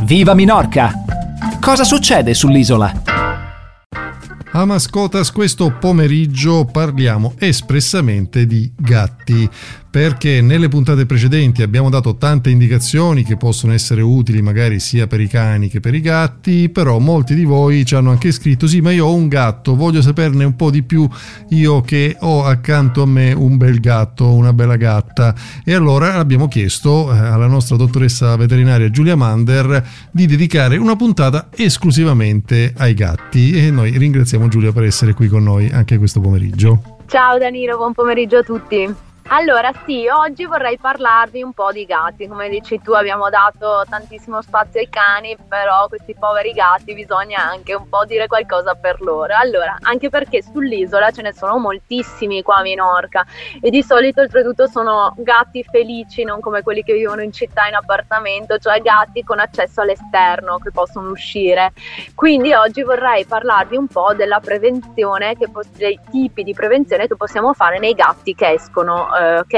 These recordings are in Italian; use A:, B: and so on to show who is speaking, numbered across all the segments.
A: Viva Minorca! Cosa succede sull'isola?
B: A Mascotas questo pomeriggio parliamo espressamente di gatti, perché nelle puntate precedenti abbiamo dato tante indicazioni che possono essere utili magari sia per i cani che per i gatti, però molti di voi ci hanno anche scritto: sì, ma io ho un gatto, voglio saperne un po' di più, io che ho accanto a me un bel gatto, una bella gatta. E allora abbiamo chiesto alla nostra dottoressa veterinaria Giulia Mander di dedicare una puntata esclusivamente ai gatti, e noi ringraziamo Giulia per essere qui con noi anche questo pomeriggio.
C: Ciao Danilo, buon pomeriggio a tutti. Allora sì, oggi vorrei parlarvi un po' di gatti. Come dici tu, abbiamo dato tantissimo spazio ai cani, però questi poveri gatti bisogna anche un po' dire qualcosa per loro. Allora, anche perché sull'isola ce ne sono moltissimi qua a Minorca e di solito oltretutto sono gatti felici, non come quelli che vivono in città in appartamento, cioè gatti con accesso all'esterno che possono uscire. Quindi oggi vorrei parlarvi un po' della prevenzione, dei tipi di prevenzione che possiamo fare nei gatti che escono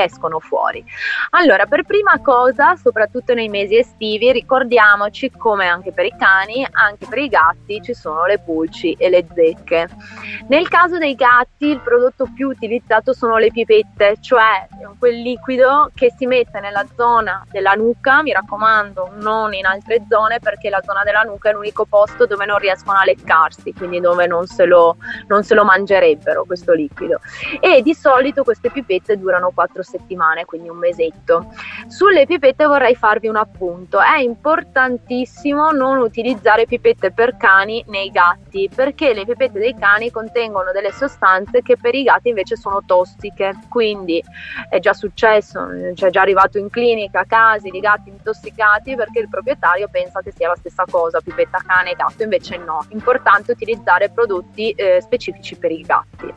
C: fuori. Allora, per prima cosa, soprattutto nei mesi estivi, ricordiamoci, come anche per i cani, anche per i gatti ci sono le pulci e le zecche. Nel caso dei gatti il prodotto più utilizzato sono le pipette, cioè quel liquido che si mette nella zona della nuca, mi raccomando non in altre zone, perché la zona della nuca è l'unico posto dove non riescono a leccarsi, quindi dove non se lo mangerebbero questo liquido. E di solito queste pipette durano 4 settimane, quindi un mesetto. Sulle pipette vorrei farvi un appunto: è importantissimo non utilizzare pipette per cani nei gatti, perché le pipette dei cani contengono delle sostanze che per i gatti invece sono tossiche. Quindi è già successo, cioè è già arrivato in clinica casi di gatti intossicati perché il proprietario pensa che sia la stessa cosa, pipetta cane e gatto, invece no. Importante utilizzare prodotti specifici per i gatti.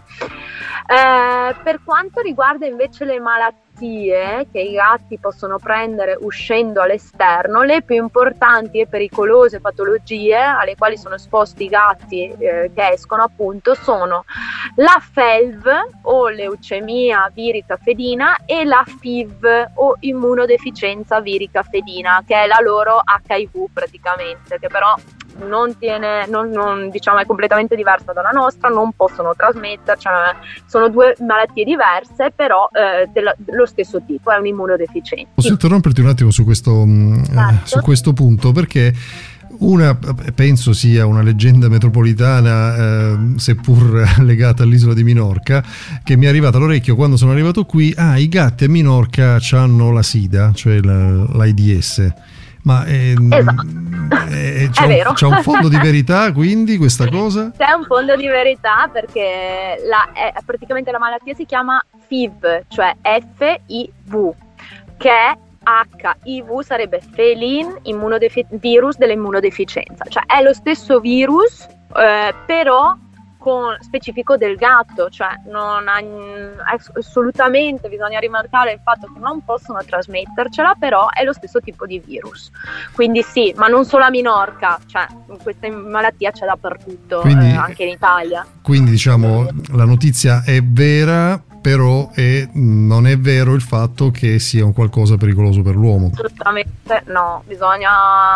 C: Per quanto riguarda invece le malattie che i gatti possono prendere uscendo all'esterno, le più importanti e pericolose patologie alle quali sono esposti i gatti che escono appunto sono la FeLV o leucemia virica fedina e la FIV o immunodeficienza virica fedina, che è la loro HIV praticamente, che però non diciamo è completamente diversa dalla nostra, non possono trasmetterci, sono due malattie diverse però dello stesso tipo, è un'immunodeficienza.
B: Posso interromperti un attimo su questo punto, perché una penso sia una leggenda metropolitana, seppur legata all'isola di Minorca, che mi è arrivata all'orecchio quando sono arrivato qui: i gatti a Minorca hanno la SIDA, cioè l'AIDS. Ma
C: esatto.
B: C'è un fondo di verità, quindi, questa cosa?
C: C'è un fondo di verità, perché praticamente la malattia si chiama FIV, cioè FIV, che è HIV, sarebbe Feline virus dell'immunodeficienza, cioè è lo stesso virus però specifico del gatto, cioè assolutamente bisogna rimarcare il fatto che non possono trasmettercela, però è lo stesso tipo di virus. Quindi sì, ma non solo a Minorca, cioè questa malattia c'è dappertutto, anche in Italia.
B: Quindi diciamo la notizia è vera, però non è vero il fatto che sia un qualcosa pericoloso per l'uomo.
C: Assolutamente no, bisogna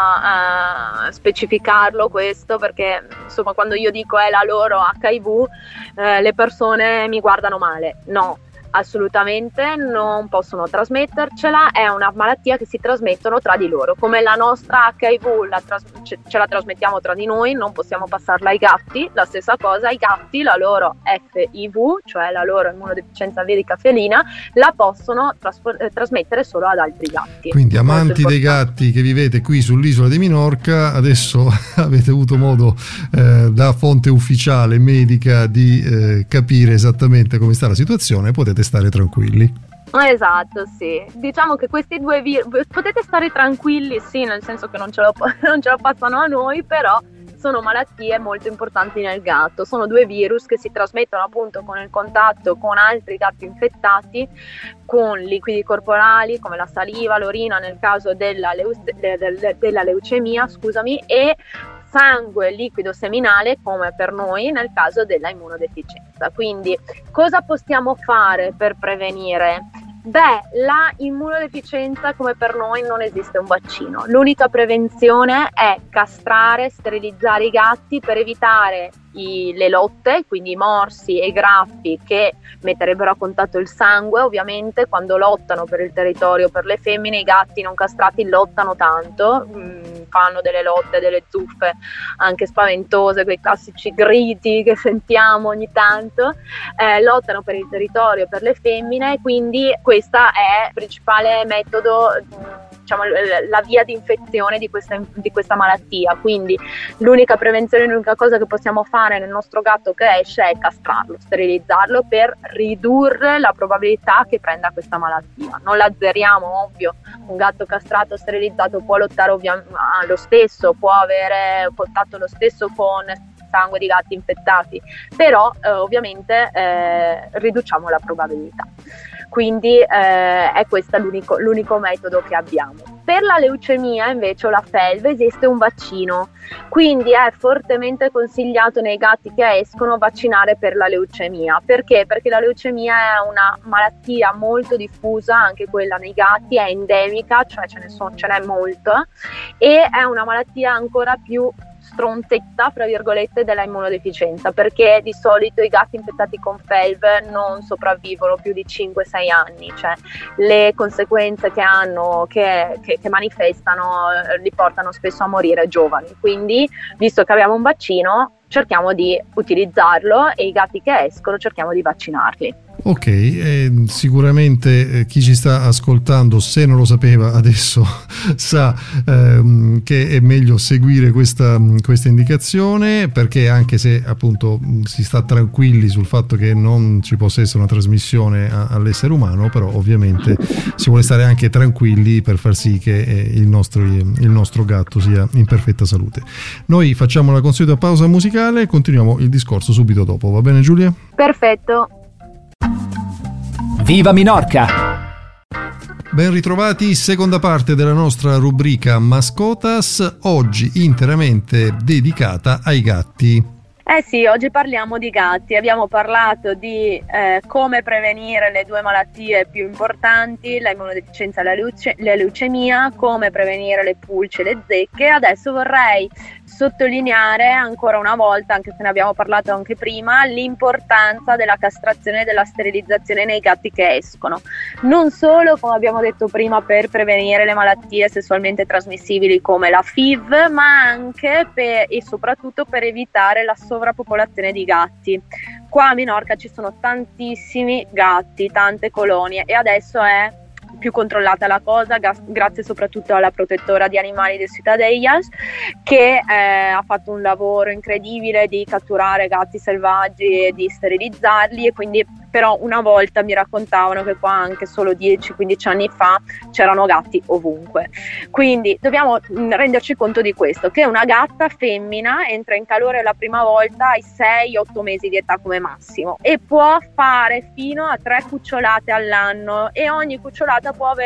C: specificarlo questo, perché insomma quando io dico è la loro HIV le persone mi guardano male. No, assolutamente non possono trasmettercela, è una malattia che si trasmettono tra di loro, come la nostra HIV ce la trasmettiamo tra di noi, non possiamo passarla ai gatti. La stessa cosa, i gatti la loro FIV, cioè la loro immunodeficienza virica felina, la possono trasmettere solo ad altri gatti.
B: Quindi amanti dei gatti che vivete qui sull'isola di Minorca, adesso avete avuto modo da fonte ufficiale medica di capire esattamente come sta la situazione, potete stare tranquilli.
C: Esatto, sì. Diciamo che questi due potete stare tranquilli, sì, nel senso che non ce lo passano a noi, però sono malattie molto importanti nel gatto. Sono due virus che si trasmettono appunto con il contatto con altri gatti infettati, con liquidi corporali come la saliva, l'orina nel caso della leucemia, e sangue liquido seminale come per noi nel caso della immunodeficienza. Quindi cosa possiamo fare per prevenire? La immunodeficienza, come per noi, non esiste un vaccino. L'unica prevenzione è castrare, sterilizzare i gatti per evitare le lotte, quindi i morsi e i graffi che metterebbero a contatto il sangue. Ovviamente quando lottano per il territorio, per le femmine, i gatti non castrati lottano tanto, fanno delle lotte, delle zuffe anche spaventose, quei classici gridi che sentiamo ogni tanto, lottano per il territorio, per le femmine, quindi questa è il principale metodo, diciamo, la via di infezione di questa malattia. Quindi l'unica prevenzione, l'unica cosa che possiamo fare nel nostro gatto che esce è castrarlo, sterilizzarlo per ridurre la probabilità che prenda questa malattia. Non l'azzeriamo, ovvio, un gatto castrato, sterilizzato può lottare lo stesso, può avere contatto lo stesso con sangue di gatti infettati, però ovviamente riduciamo la probabilità. Quindi è questo l'unico metodo che abbiamo. Per la leucemia invece, o la FeLV, esiste un vaccino, quindi è fortemente consigliato nei gatti che escono vaccinare per la leucemia. Perché? Perché la leucemia è una malattia molto diffusa, anche quella nei gatti, è endemica, cioè ce n'è molto, e è una malattia ancora più stronzetta, fra virgolette, della immunodeficienza, perché di solito i gatti infettati con FeLV non sopravvivono più di 5-6 anni, cioè le conseguenze che hanno, che manifestano, li portano spesso a morire giovani. Quindi, visto che abbiamo un vaccino, cerchiamo di utilizzarlo e i gatti che escono cerchiamo di vaccinarli.
B: Ok, sicuramente chi ci sta ascoltando, se non lo sapeva adesso sa che è meglio seguire questa indicazione, perché anche se appunto si sta tranquilli sul fatto che non ci possa essere una trasmissione all'essere umano, però ovviamente si vuole stare anche tranquilli per far sì che il nostro gatto sia in perfetta salute. Noi facciamo la consueta pausa musicale e continuiamo il discorso subito dopo, va bene Giulia?
C: Perfetto.
A: Viva Minorca!
B: Ben ritrovati, seconda parte della nostra rubrica Mascotas, oggi interamente dedicata ai gatti.
C: Sì, oggi parliamo di gatti. Abbiamo parlato di come prevenire le due malattie più importanti, la immunodeficienza e la leucemia, come prevenire le pulci e le zecche. Adesso vorrei sottolineare ancora una volta, anche se ne abbiamo parlato anche prima, l'importanza della castrazione e della sterilizzazione nei gatti che escono. Non solo, come abbiamo detto prima, per prevenire le malattie sessualmente trasmissibili come la FIV, ma anche e soprattutto per evitare la sovrappopolazione di gatti. Qua a Minorca ci sono tantissimi gatti, tante colonie, e adesso è più controllata la cosa grazie soprattutto alla protettora di animali del Ciutadellas, che ha fatto un lavoro incredibile di catturare gatti selvaggi e di sterilizzarli. E quindi, però, una volta mi raccontavano che qua anche solo 10-15 anni fa c'erano gatti ovunque. Quindi dobbiamo renderci conto di questo, che una gatta femmina entra in calore la prima volta ai 6-8 mesi di età come massimo, e può fare fino a 3 cucciolate all'anno, e ogni cucciolata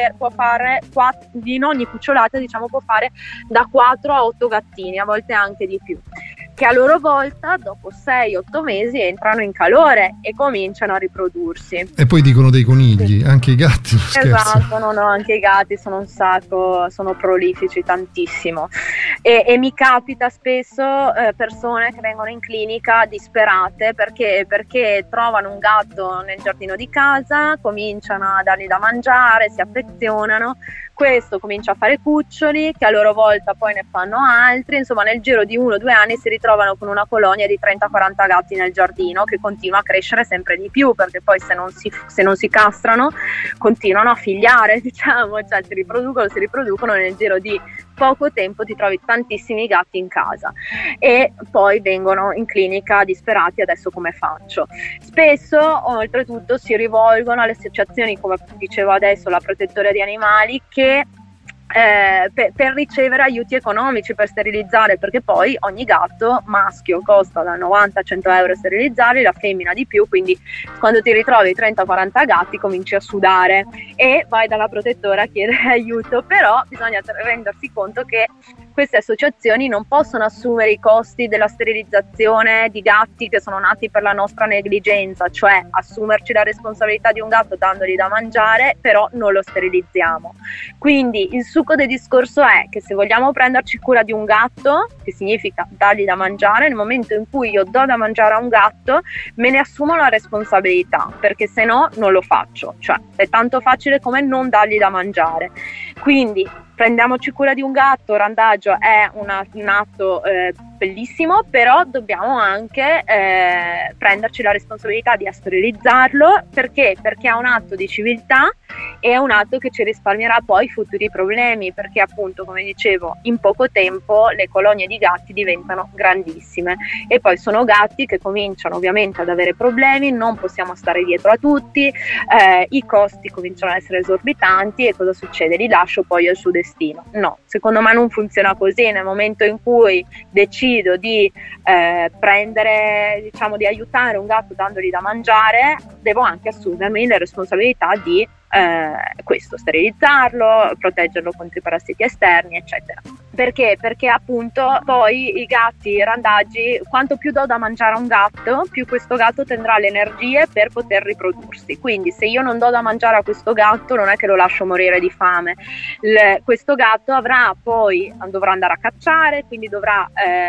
C: in ogni cucciolata, diciamo, può fare da 4 a 8 gattini, a volte anche di più, che a loro volta dopo 6-8 mesi entrano in calore e cominciano a riprodursi.
B: E poi dicono dei conigli, sì. Anche i gatti,
C: esatto, no, anche i gatti sono un sacco, sono prolifici tantissimo, e mi capita spesso persone che vengono in clinica disperate perché trovano un gatto nel giardino di casa, cominciano a dargli da mangiare, si affezionano, questo comincia a fare cuccioli che a loro volta poi ne fanno altri, insomma nel giro di 1 o 2 anni si ritrovano con una colonia di 30-40 gatti nel giardino, che continua a crescere sempre di più, perché poi se non si castrano continuano a figliare, diciamo, cioè si riproducono nel giro di poco tempo, ti trovi tantissimi gatti in casa e poi vengono in clinica disperati: adesso come faccio? Spesso oltretutto si rivolgono alle associazioni, come dicevo adesso, la protettore di animali, che per ricevere aiuti economici per sterilizzare, perché poi ogni gatto maschio costa da 90 a 100 euro sterilizzarli, la femmina di più, quindi quando ti ritrovi 30-40 gatti cominci a sudare e vai dalla protettora a chiedere aiuto. Però bisogna rendersi conto che queste associazioni non possono assumere i costi della sterilizzazione di gatti che sono nati per la nostra negligenza, cioè assumerci la responsabilità di un gatto dandogli da mangiare, però non lo sterilizziamo. Quindi il succo del discorso è che se vogliamo prenderci cura di un gatto, che significa dargli da mangiare, nel momento in cui io do da mangiare a un gatto me ne assumo la responsabilità, perché se no non lo faccio, cioè è tanto facile come non dargli da mangiare. Quindi prendiamoci cura di un gatto, randaggio è un atto bellissimo, però dobbiamo anche prenderci la responsabilità di sterilizzarlo, perché è un atto di civiltà e è un atto che ci risparmierà poi futuri problemi, perché appunto, come dicevo, in poco tempo le colonie di gatti diventano grandissime e poi sono gatti che cominciano ovviamente ad avere problemi, non possiamo stare dietro a tutti, i costi cominciano ad essere esorbitanti e cosa succede? Li lascio poi al suo destino. No, secondo me non funziona così. Nel momento in cui decido di prendere, diciamo, di aiutare un gatto dandogli da mangiare, devo anche assumermi le responsabilità di questo, sterilizzarlo, proteggerlo contro i parassiti esterni, eccetera. Perché? Perché appunto poi i gatti, i randaggi, quanto più do da mangiare a un gatto, più questo gatto tendrà le energie per poter riprodursi. Quindi se io non do da mangiare a questo gatto, non è che lo lascio morire di fame. Questo gatto dovrà andare a cacciare, quindi dovrà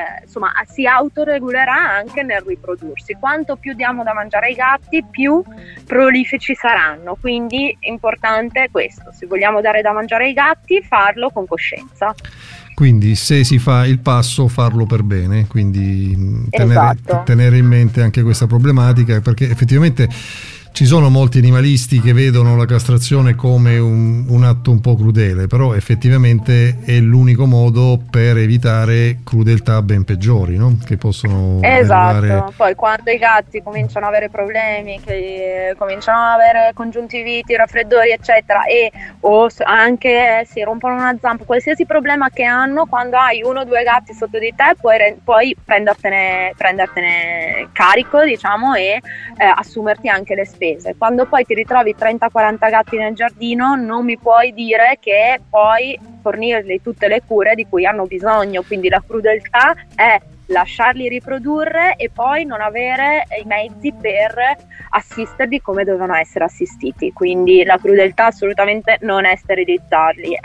C: si autoregolerà anche nel riprodursi. Quanto più diamo da mangiare ai gatti, più prolifici saranno. Quindi è importante questo: se vogliamo dare da mangiare ai gatti, farlo con coscienza.
B: Quindi se si fa il passo, farlo per bene, quindi
C: esatto.
B: tenere in mente anche questa problematica, perché effettivamente ci sono molti animalisti che vedono la castrazione come un atto un po' crudele, però effettivamente è l'unico modo per evitare crudeltà ben peggiori, no? Che possono
C: arrivare. Poi quando i gatti cominciano ad avere problemi, che cominciano ad avere congiuntiviti, raffreddori, eccetera, o anche si rompono una zampa, qualsiasi problema che hanno, quando hai 1 o 2 gatti sotto di te puoi prendertene carico, diciamo, e assumerti anche le spese. Quando poi ti ritrovi 30-40 gatti nel giardino, non mi puoi dire che puoi fornirgli tutte le cure di cui hanno bisogno, quindi la crudeltà è lasciarli riprodurre e poi non avere i mezzi per assisterli come dovevano essere assistiti. Quindi la crudeltà assolutamente non è sterilizzarli,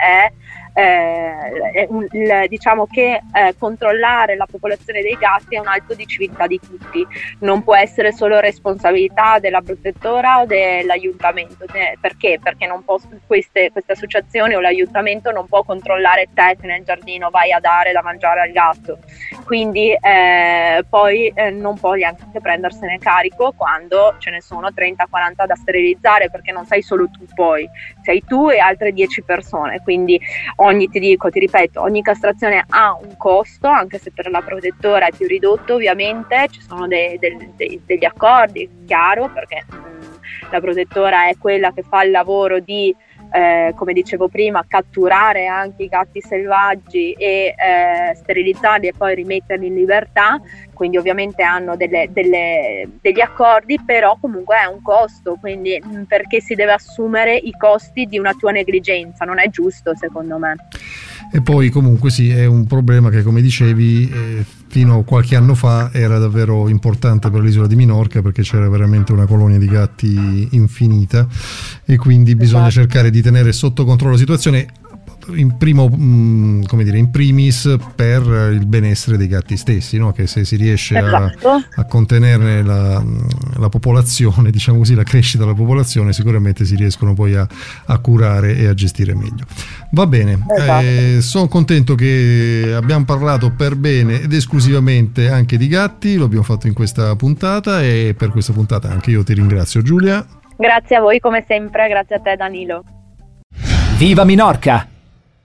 C: diciamo che controllare la popolazione dei gatti è un atto di civiltà di tutti, non può essere solo responsabilità della protettora o dell'aiutamento. Perché? Perché non queste associazioni o l'aiutamento non può controllare te che nel giardino vai a dare da mangiare al gatto, quindi poi non puoi neanche prendersene carico quando ce ne sono 30-40 da sterilizzare, perché non sei solo tu, poi sei tu e altre 10 persone, quindi ti ripeto, ogni castrazione ha un costo, anche se per la protettora è più ridotto, ovviamente ci sono degli accordi, chiaro, perché la protettora è quella che fa il lavoro di come dicevo prima, catturare anche i gatti selvaggi e sterilizzarli e poi rimetterli in libertà, quindi ovviamente hanno degli accordi, però comunque è un costo, quindi perché si deve assumere i costi di una tua negligenza? Non è giusto, secondo me.
B: E poi comunque sì, è un problema che, come dicevi, fino a qualche anno fa era davvero importante per l'isola di Minorca, perché c'era veramente una colonia di gatti infinita e quindi bisogna cercare di tenere sotto controllo la situazione, in primis per il benessere dei gatti stessi, no? Che se si riesce a contenerne la popolazione, diciamo così, la crescita della popolazione, sicuramente si riescono poi a curare e a gestire meglio. Va bene, sono contento che abbiamo parlato per bene ed esclusivamente anche di gatti, lo abbiamo fatto in questa puntata e per questa puntata anche io ti ringrazio, Giulia.
C: Grazie a voi come sempre, grazie a te, Danilo.
A: Viva Minorca!